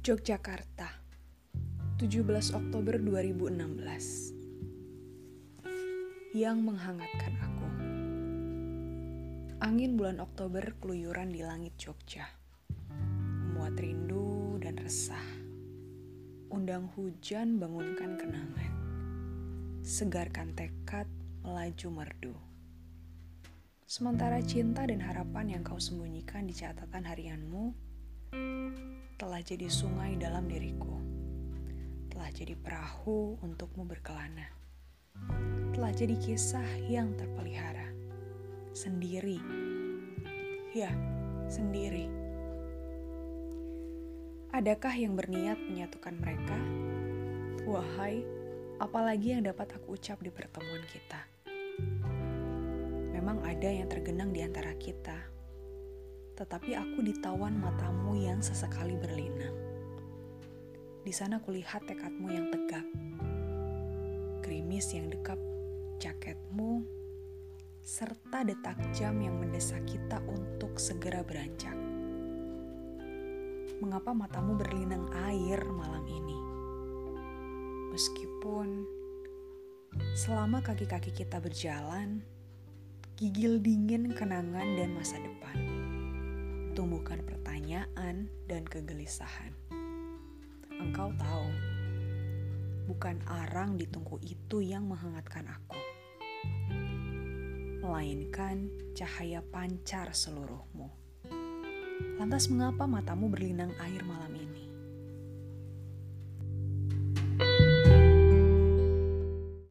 Yogyakarta, 17 Oktober 2016. Yang menghangatkan aku. Angin bulan Oktober keluyuran di langit Jogja, memuat rindu dan resah. Undang hujan bangunkan kenangan, segarkan tekad melaju merdu. Sementara cinta dan harapan yang kau sembunyikan di catatan harianmu telah jadi sungai dalam diriku, telah jadi perahu untukmu berkelana, telah jadi kisah yang terpelihara, sendiri, ya sendiri. Adakah yang berniat menyatukan mereka? Wahai, apalagi yang dapat aku ucap di pertemuan kita. Memang ada yang tergenang di antara kita, tetapi aku ditawan matamu yang sesekali berlinang. Di sana kulihat tekadmu yang tegak, gerimis yang dekap jaketmu, serta detak jam yang mendesak kita untuk segera beranjak. Mengapa matamu berlinang air malam ini? Meskipun selama kaki-kaki kita berjalan, gigil dingin kenangan dan masa depan, tumbuhkan pertanyaan dan kegelisahan. Engkau tahu, bukan arang di tungku itu yang menghangatkan aku, melainkan cahaya pancar seluruhmu. Lantas mengapa matamu berlinang air malam ini?